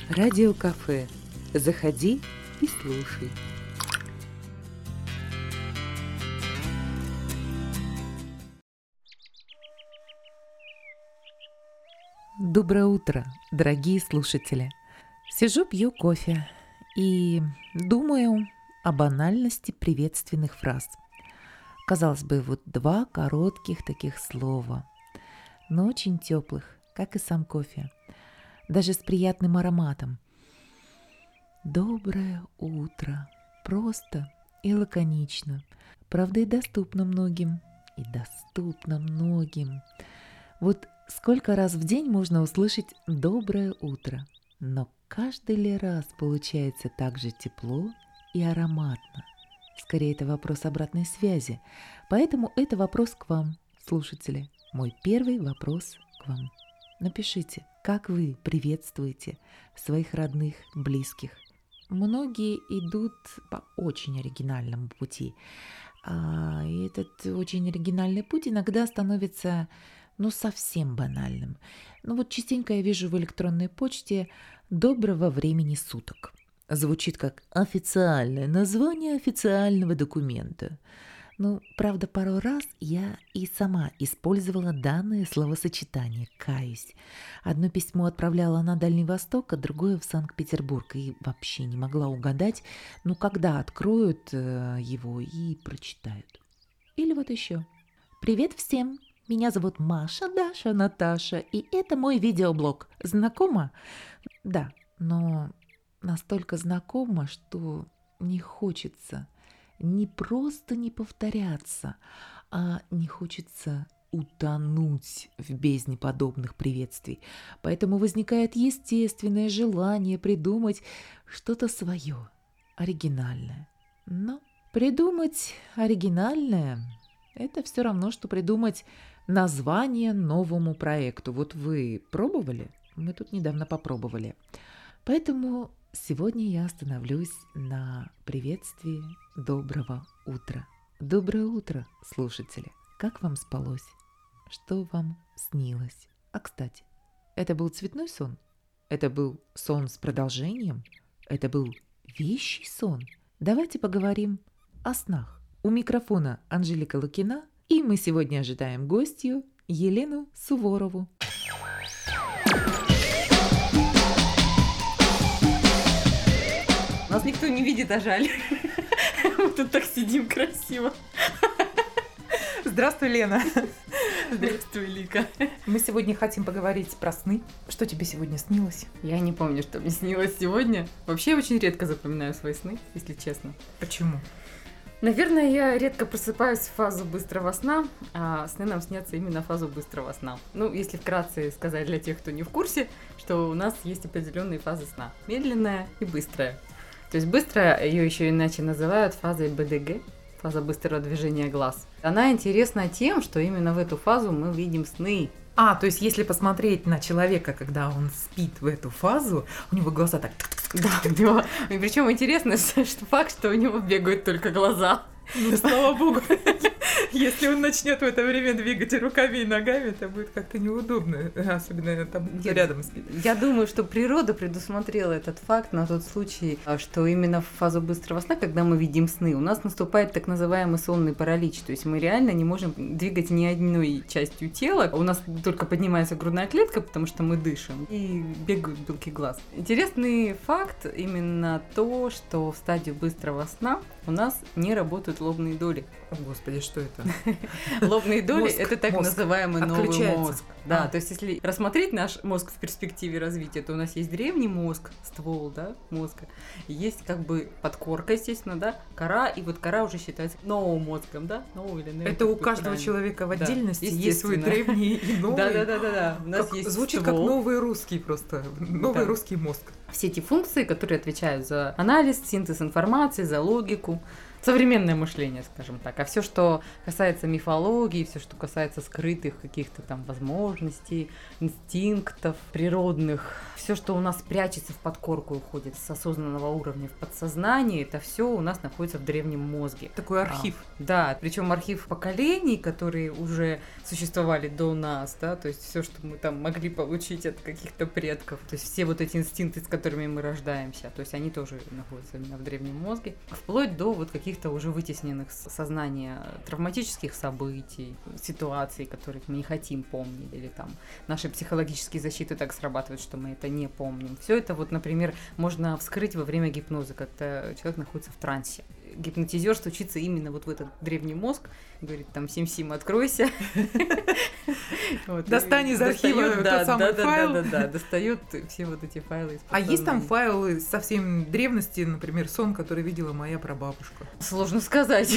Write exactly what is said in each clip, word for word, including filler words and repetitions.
Радиокафе. Заходи и слушай. Доброе утро, дорогие слушатели. Сижу, пью кофе и думаю о банальности приветственных фраз. Казалось бы, вот два коротких таких слова, но очень теплых, как и сам кофе, даже с приятным ароматом. Доброе утро. Просто и лаконично. Правда, и доступно многим. И доступно многим. Вот сколько раз в день можно услышать «доброе утро», но каждый ли раз получается так же тепло и ароматно? Скорее, это вопрос обратной связи. Поэтому это вопрос к вам, слушатели. Мой первый вопрос к вам. Напишите, как вы приветствуете своих родных, близких. Многие идут по очень оригинальному пути. А этот очень оригинальный путь иногда становится, ну, совсем банальным. Ну вот частенько я вижу в электронной почте «доброго времени суток». Звучит как официальное название официального документа. Ну, правда, пару раз я и сама использовала данное словосочетание, каюсь. Одно письмо отправляла на Дальний Восток, а другое в Санкт-Петербург. И вообще не могла угадать, ну, когда откроют э, его и прочитают. Или вот еще. Привет всем! Меня зовут Маша, Даша, Наташа, и это мой видеоблог. Знакомо? Да, но настолько знакомо, что не хочется... Не просто не повторяться, а не хочется утонуть в бездне подобных приветствий. Поэтому возникает естественное желание придумать что-то свое, оригинальное. Но придумать оригинальное – это все равно, что придумать название новому проекту. Вот вы пробовали? Мы тут недавно попробовали. Поэтому... Сегодня я остановлюсь на приветствии доброго утра. Доброе утро, слушатели. Как вам спалось? Что вам снилось? А, кстати, это был цветной сон? Это был сон с продолжением? Это был вещий сон? Давайте поговорим о снах. У микрофона Анжелика Лукина, и мы сегодня ожидаем гостью Елену Суворову. Нас никто не видит, а жаль. Мы тут так сидим красиво. Здравствуй, Лена. Здравствуй, Лика. Мы сегодня хотим поговорить про сны. Что тебе сегодня снилось? Я не помню, что мне снилось сегодня. Вообще очень редко запоминаю свои сны, если честно. Почему? Наверное, я редко просыпаюсь в фазу быстрого сна, а сны нам снятся именно в фазу быстрого сна. Ну, если вкратце сказать для тех, кто не в курсе, что у нас есть определенные фазы сна. Медленная и быстрая. То есть быстрая, ее еще иначе называют фазой бэ дэ гэ, фаза быстрого движения глаз. Она интересна тем, что именно в эту фазу мы видим сны. А, то есть если посмотреть на человека, когда он спит в эту фазу, у него глаза так... Да, у него... И причем интересно, что факт, что у него бегают только глаза. Ну, слава богу. Если он начнет в это время двигать руками и ногами, это будет как-то неудобно, особенно там я, рядом спит. Я думаю, что природа предусмотрела этот факт на тот случай, что именно в фазу быстрого сна, когда мы видим сны, у нас наступает так называемый сонный паралич. То есть мы реально не можем двигать ни одной частью тела. У нас только поднимается грудная клетка, потому что мы дышим, и бегают белки глаз. Интересный факт именно то, что в стадию быстрого сна у нас не работают лобные доли. О, Господи, что это? Лобные доли мозг, – это так мозг называемый новый мозг. Да, а. то есть если рассмотреть наш мозг в перспективе развития, то у нас есть древний мозг, ствол, да, мозга, есть как бы подкорка, естественно, да, кора, и вот кора уже считается новым мозгом, да, новый или новый. Это у каждого правильно. Человека в отдельности да, есть свой древний и новый. Да, да, да, да, да. У нас как, есть звучит ствол. Как новый русский просто, новый да. русский мозг. Все эти функции, которые отвечают за анализ, синтез информации, за логику, современное мышление, скажем так. А все, что касается мифологии, все, что касается скрытых каких-то там возможностей, инстинктов природных, все, что у нас прячется в подкорку и уходит с осознанного уровня в подсознание, это все у нас находится в древнем мозге. Такой архив. А, да, причем архив поколений, которые уже существовали до нас, да, то есть все, что мы там могли получить от каких-то предков, то есть все вот эти инстинкты, с которыми мы рождаемся, то есть они тоже находятся именно в древнем мозге, вплоть до вот каких-то уже вытесненных с сознания травматических событий, ситуаций, которых мы не хотим помнить, или там наши психологические защиты так срабатывают, что мы это не помним. Все это вот, например, можно вскрыть во время гипноза, когда человек находится в трансе. Гипнотизер стучится именно вот в этот древний мозг, говорит там «Сим-Сим, откройся». Достань из архива тот самый файл. Да, да, да, достает все вот эти файлы. А есть там файлы совсем древности, например, сон, который видела моя прабабушка? Сложно сказать.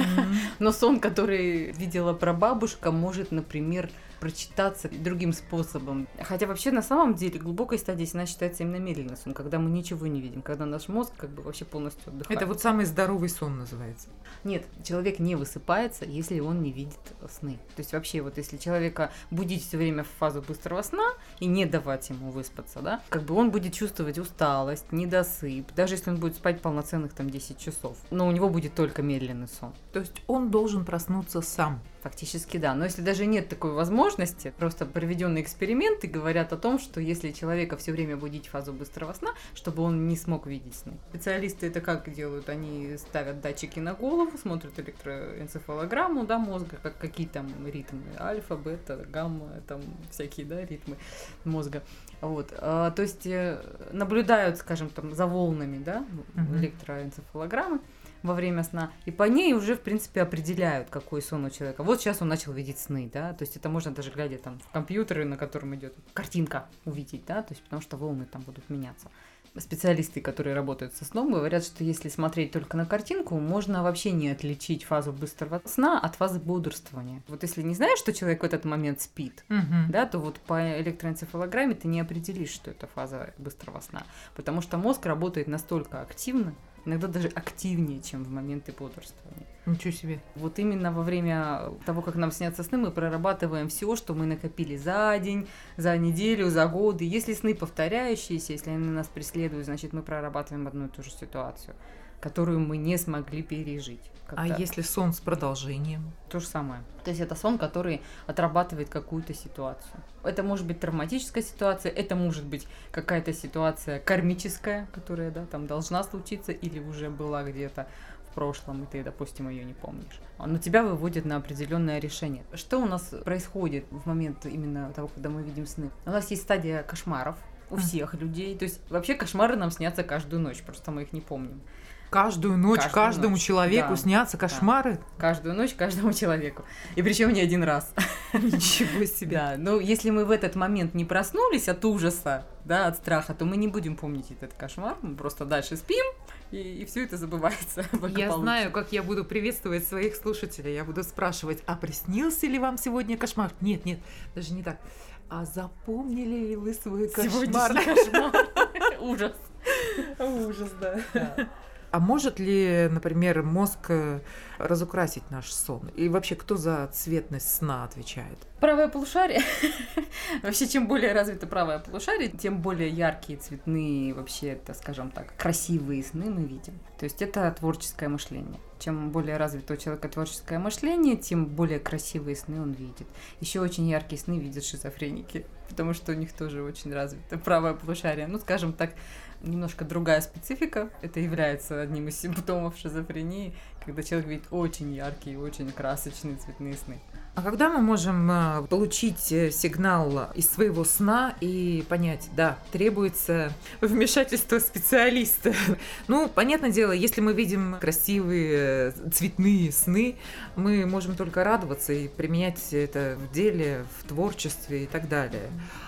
Но сон, который видела прабабушка, может, например, прочитаться другим способом. Хотя вообще на самом деле глубокой стадии сна считается именно медленный сон, когда мы ничего не видим, когда наш мозг как бы вообще полностью отдыхает. Это вот самый здоровый сон называется. Нет, человек не высыпается, если он не видит сны. То есть вообще вот если человека будить все время в фазу быстрого сна и не давать ему выспаться, да, как бы он будет чувствовать усталость, недосып, даже если он будет спать полноценных там десять часов, но у него будет только медленный сон. То есть он должен проснуться сам. Фактически да, но если даже нет такой возможности, просто проведенные эксперименты говорят о том, что если человека все время будить в фазу быстрого сна, чтобы он не смог видеть сны. Специалисты это как делают? Они ставят датчики на голову, смотрят электроэнцефалограмму, да, мозга, как какие там ритмы, альфа, бета, гамма, там всякие, да, ритмы мозга. Вот, а, то есть наблюдают, скажем, там за волнами, да, uh-huh. электроэнцефалограммы во время сна, и по ней уже, в принципе, определяют, какой сон у человека. Вот сейчас он начал видеть сны, да, то есть это можно даже глядя там в компьютеры, на котором идет картинка, увидеть, да, то есть потому что волны там будут меняться. Специалисты, которые работают со сном, говорят, что если смотреть только на картинку, можно вообще не отличить фазу быстрого сна от фазы бодрствования. Вот если не знаешь, что человек в этот момент спит, угу. да, то вот по электроэнцефалограмме ты не определишь, что это фаза быстрого сна, потому что мозг работает настолько активно, иногда даже активнее, чем в моменты бодрствования. Ничего себе. Вот именно во время того, как нам снятся сны, мы прорабатываем все, что мы накопили за день, за неделю, за годы. Если сны повторяющиеся, если они нас преследуют, значит, мы прорабатываем одну и ту же ситуацию, которую мы не смогли пережить. А если сон с продолжением? То же самое. То есть это сон, который отрабатывает какую-то ситуацию. Это может быть травматическая ситуация, это может быть какая-то ситуация кармическая, которая, да, там должна случиться или уже была где-то в прошлом, и ты, допустим, ее не помнишь. Но тебя выводит на определенное решение. Что у нас происходит в момент именно того, когда мы видим сны? У нас есть стадия кошмаров у всех людей. То есть вообще кошмары нам снятся каждую ночь, просто мы их не помним. Каждую ночь каждую каждому ночь. человеку Да. снятся кошмары? Да. Каждую ночь каждому человеку. И причем не один раз. Ничего себе. Да, но если мы в этот момент не проснулись от ужаса, да, от страха, то мы не будем помнить этот кошмар, мы просто дальше спим, и, и все это забывается. Я знаю, как я буду приветствовать своих слушателей. Я буду спрашивать, а приснился ли вам сегодня кошмар? Нет, нет, даже не так. А запомнили ли вы свой кошмар? Кошмар. Ужас. Ужас, да. А может ли, например, мозг разукрасить наш сон? И вообще, кто за цветность сна отвечает? Правое полушарие. Вообще, чем более развито правое полушарие, тем более яркие, цветные, вообще, это, скажем так, красивые сны мы видим. То есть это творческое мышление. Чем более развито у человека творческое мышление, тем более красивые сны он видит. Еще очень яркие сны видят шизофреники, потому что у них тоже очень развито правое полушарие. Ну, скажем так, немножко другая специфика. Это является одним из симптомов шизофрении, когда человек видит очень яркие, очень красочные цветные сны. А когда мы можем получить сигнал из своего сна и понять, да, требуется вмешательство специалиста? Ну, понятное дело, если мы видим красивые цветные сны, мы можем только радоваться и применять это в деле, в творчестве и так далее.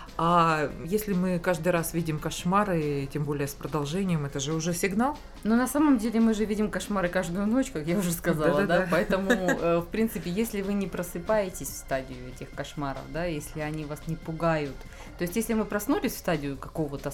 А если мы каждый раз видим кошмары, тем более с продолжением, это же уже сигнал? Но на самом деле мы же видим кошмары каждую ночь, как я уже сказала, да, да? Поэтому, э, в принципе, если вы не просыпаетесь в стадию этих кошмаров, да, если они вас не пугают, то есть если мы проснулись в стадию какого-то сна,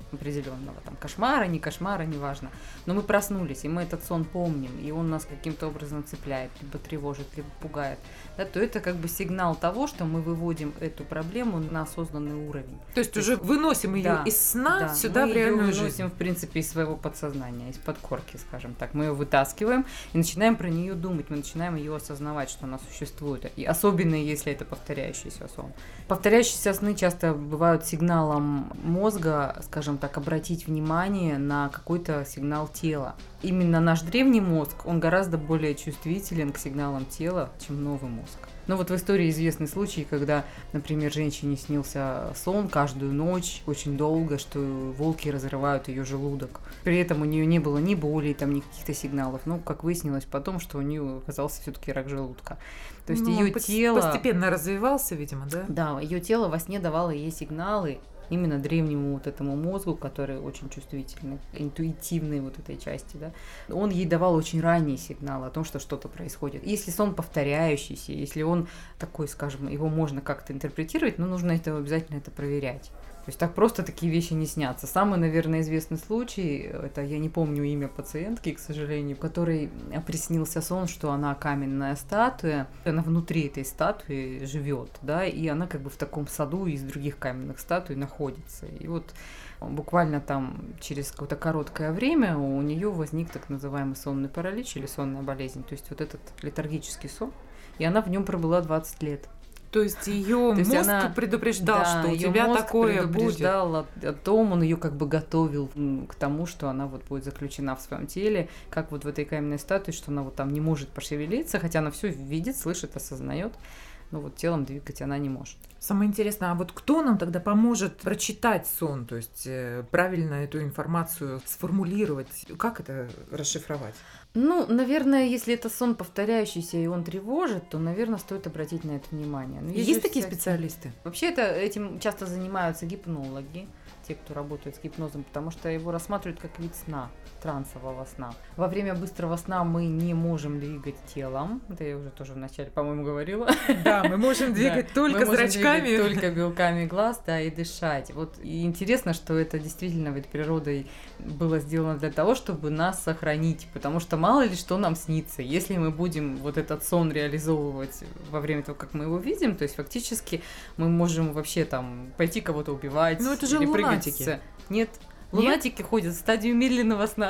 определенного, там, кошмара, не кошмара, неважно. Но мы проснулись, и мы этот сон помним, и он нас каким-то образом цепляет, либо тревожит, либо пугает, да, то это как бы сигнал того, что мы выводим эту проблему на осознанный уровень. То есть то уже есть, выносим ее да, из сна да, сюда в реальную жизнь. Мы выносим, в принципе, из своего подсознания, из подкорки, скажем так. Мы ее вытаскиваем и начинаем про нее думать, мы начинаем ее осознавать, что она существует. И особенно, если это повторяющийся сон. Повторяющиеся сны часто бывают сигналом мозга, скажем так, обратить внимание на какой-то сигнал тела. Именно наш древний мозг, он гораздо более чувствителен к сигналам тела, чем новый мозг. Но вот в истории известный случай, когда, например, женщине снился сон каждую ночь очень долго, что волки разрывают ее желудок. При этом у нее не было ни боли, там, ни каких-то сигналов. Ну, как выяснилось потом, что у нее оказался все-таки рак желудка. То есть ну, ее по- тело... Постепенно развивался, видимо, да? Да, ее тело во сне давало ей сигналы, именно древнему вот этому мозгу, который очень чувствительный, интуитивный вот этой части, да, он ей давал очень ранние сигналы о том, что что-то происходит. Если сон повторяющийся, если он такой, скажем, его можно как-то интерпретировать, но нужно это обязательно это проверять. То есть так просто такие вещи не снятся. Самый, наверное, известный случай, это я не помню имя пациентки, к сожалению, которой приснился сон, что она каменная статуя, она внутри этой статуи живет, да, и она как бы в таком саду из других каменных статуй находится. И вот буквально там через какое-то короткое время у нее возник так называемый сонный паралич или сонная болезнь, то есть вот этот летаргический сон, и она в нем пробыла двадцать лет. То есть ее мозг она, предупреждал, да, что у тебя мозг такое предупреждал будет. О, о том, он ее как бы готовил к тому, что она вот будет заключена в своем теле, как вот в этой каменной статуе, что она вот там не может пошевелиться, хотя она все видит, слышит, осознает, но вот телом двигать она не может. Самое интересное, а вот кто нам тогда поможет прочитать сон, то есть правильно эту информацию сформулировать, как это расшифровать? Ну, наверное, если это сон повторяющийся и он тревожит, то, наверное, стоит обратить на это внимание. Но есть, есть такие всякие... специалисты? Вообще это, этим часто занимаются гипнологи, те, кто работает с гипнозом, потому что его рассматривают как вид сна, трансового сна. Во время быстрого сна мы не можем двигать телом. Это я уже тоже вначале, по-моему, говорила. Да, мы можем двигать только зрачками. Только белками глаз, да, и дышать. Вот и интересно, что это действительно ведь природой было сделано для того, чтобы нас сохранить, потому что мало ли что нам снится. Если мы будем вот этот сон реализовывать во время того, как мы его видим, то есть фактически мы можем вообще там пойти кого-то убивать. Ну это же или лунатики. Нет, лунатики Нет? ходят в стадию медленного сна.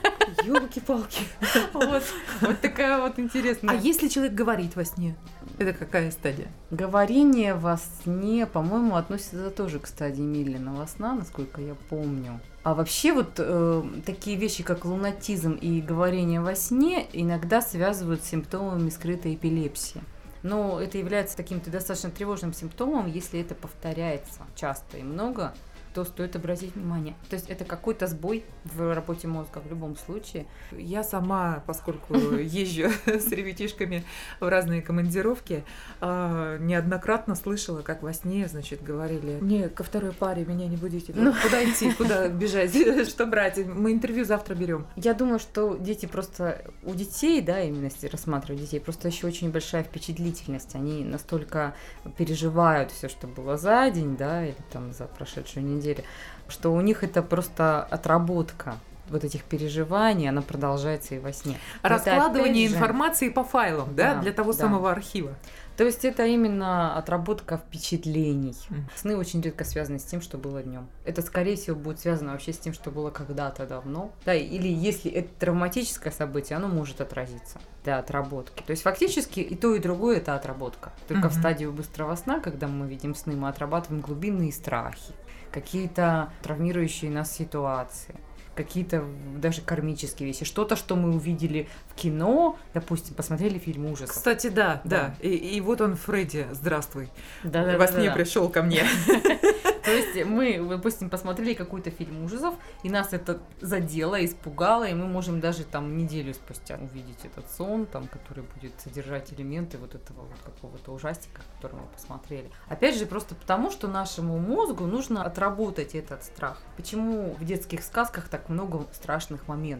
Ёлки-палки. Вот, вот такая вот интересная. А если человек говорит во сне, это какая стадия? Говорение во сне, по-моему, относится тоже к стадии медленного сна, насколько я помню. А вообще вот э, такие вещи, как лунатизм и говорение во сне, иногда связывают с симптомами скрытой эпилепсии. Но это является таким-то достаточно тревожным симптомом, если это повторяется часто и много, то стоит обратить внимание. То есть это какой-то сбой в работе мозга в любом случае. Я сама, поскольку езжу с ребятишками в разные командировки, неоднократно слышала, как во сне, значит, говорили: не, ко второй паре меня не будите. Ну, куда идти, куда бежать, что брать? Мы интервью завтра берем. Я думаю, что дети просто... У детей, да, именно если рассматривать детей, просто еще очень большая впечатлительность. Они настолько переживают все, что было за день, да, или там за прошедшую неделю, что у них это просто отработка вот этих переживаний, она продолжается и во сне. Раскладывание же... информации по файлам, да, да для того да. самого архива. То есть это именно отработка впечатлений. Mm. Сны очень редко связаны с тем, что было днем. Это, скорее всего, будет связано вообще с тем, что было когда-то давно. Да, или если это травматическое событие, оно может отразиться для отработки. То есть фактически и то, и другое – это отработка. Только mm-hmm. в стадию быстрого сна, когда мы видим сны, мы отрабатываем глубинные страхи, какие-то травмирующие нас ситуации, какие-то даже кармические вещи, что-то, что мы увидели в кино, допустим, посмотрели фильм ужасов. Кстати, да, да. да. И, и вот он, Фредди, здравствуй. Да, да, Во да, сне да, да. пришел ко мне. То есть мы, допустим, посмотрели какой-то фильм ужасов, и нас это задело, испугало, и мы можем даже там неделю спустя увидеть этот сон, там, который будет содержать элементы вот этого вот какого-то ужастика, который мы посмотрели. Опять же, просто потому, что нашему мозгу нужно отработать этот страх. Почему в детских сказках так много страшных моментов?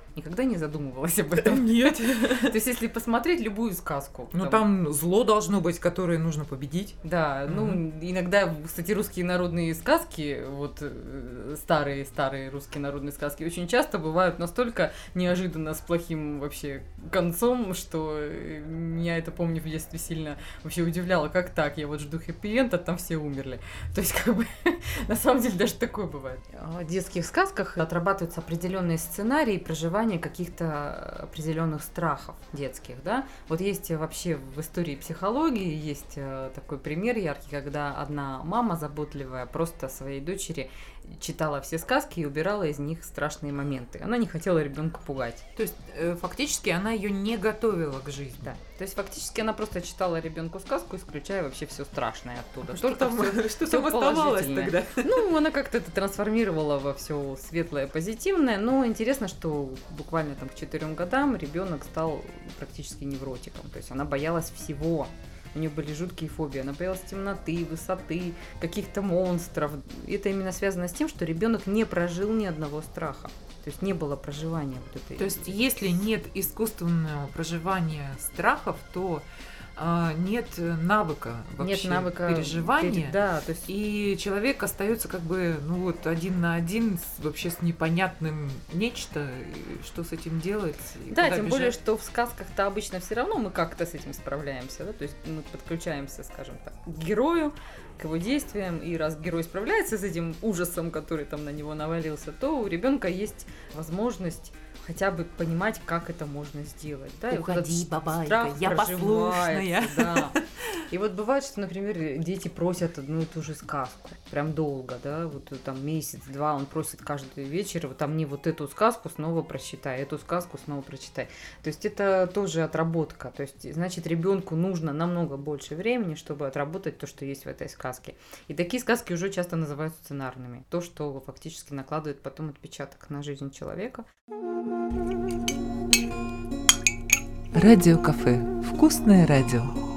Никогда не задумывалась об этом? Нет. То есть, если посмотреть любую сказку. Ну, там зло должно быть, которое нужно победить. Да, ну, иногда, кстати, русские народные сказки, вот старые-старые русские народные сказки, очень часто бывают настолько неожиданно с плохим вообще концом, что меня это, помню, в детстве сильно вообще удивляло, как так, я вот жду хэппи-энд, а там все умерли. То есть, как бы, на самом деле, даже такое бывает. В детских сказках отрабатываются определенные сценарии проживания каких-то определенных страхов детских, да. Вот есть вообще в истории психологии, есть такой пример яркий, когда одна мама заботливая просто своей дочери читала все сказки и убирала из них страшные моменты. Она не хотела ребенка пугать. То есть, э, фактически, она ее не готовила к жизни. Да. То есть, фактически, она просто читала ребенку сказку, исключая вообще все страшное оттуда. Что Только там, всё, что всё там оставалось положительное. тогда? Ну, она как-то это трансформировала во все светлое, позитивное. Но интересно, что буквально там к четырем годам ребенок стал практически невротиком. То есть, она боялась всего. У нее были жуткие фобии. Она боялась темноты, высоты, каких-то монстров. И это именно связано с тем, что ребенок не прожил ни одного страха. То есть не было проживания вот этой. То есть, если нет искусственного проживания страхов, то а, нет навыка вообще нет навыка переживания. Пере... Да, то есть... И человек остается как бы, ну вот, один на один с, вообще с непонятным нечто, что с этим делать. Да, тем бежать. Более, что в сказках-то обычно все равно мы как-то с этим справляемся, да, то есть мы подключаемся, скажем так, к герою, к его действиям, и раз герой справляется с этим ужасом, который там на него навалился, то у ребенка есть возможность хотя бы понимать, как это можно сделать. Да? Уходи, бабайка, я послушная. Да. И вот бывает, что, например, дети просят одну и ту же сказку, прям долго, да, вот там месяц-два он просит каждый вечер, вот там мне вот эту сказку снова прочитай, эту сказку снова прочитай. То есть это тоже отработка, то есть, значит, ребенку нужно намного больше времени, чтобы отработать то, что есть в этой сказке. И такие сказки уже часто называют сценарными, то, что фактически накладывает потом отпечаток на жизнь человека. Радио Кафе. Вкусное радио.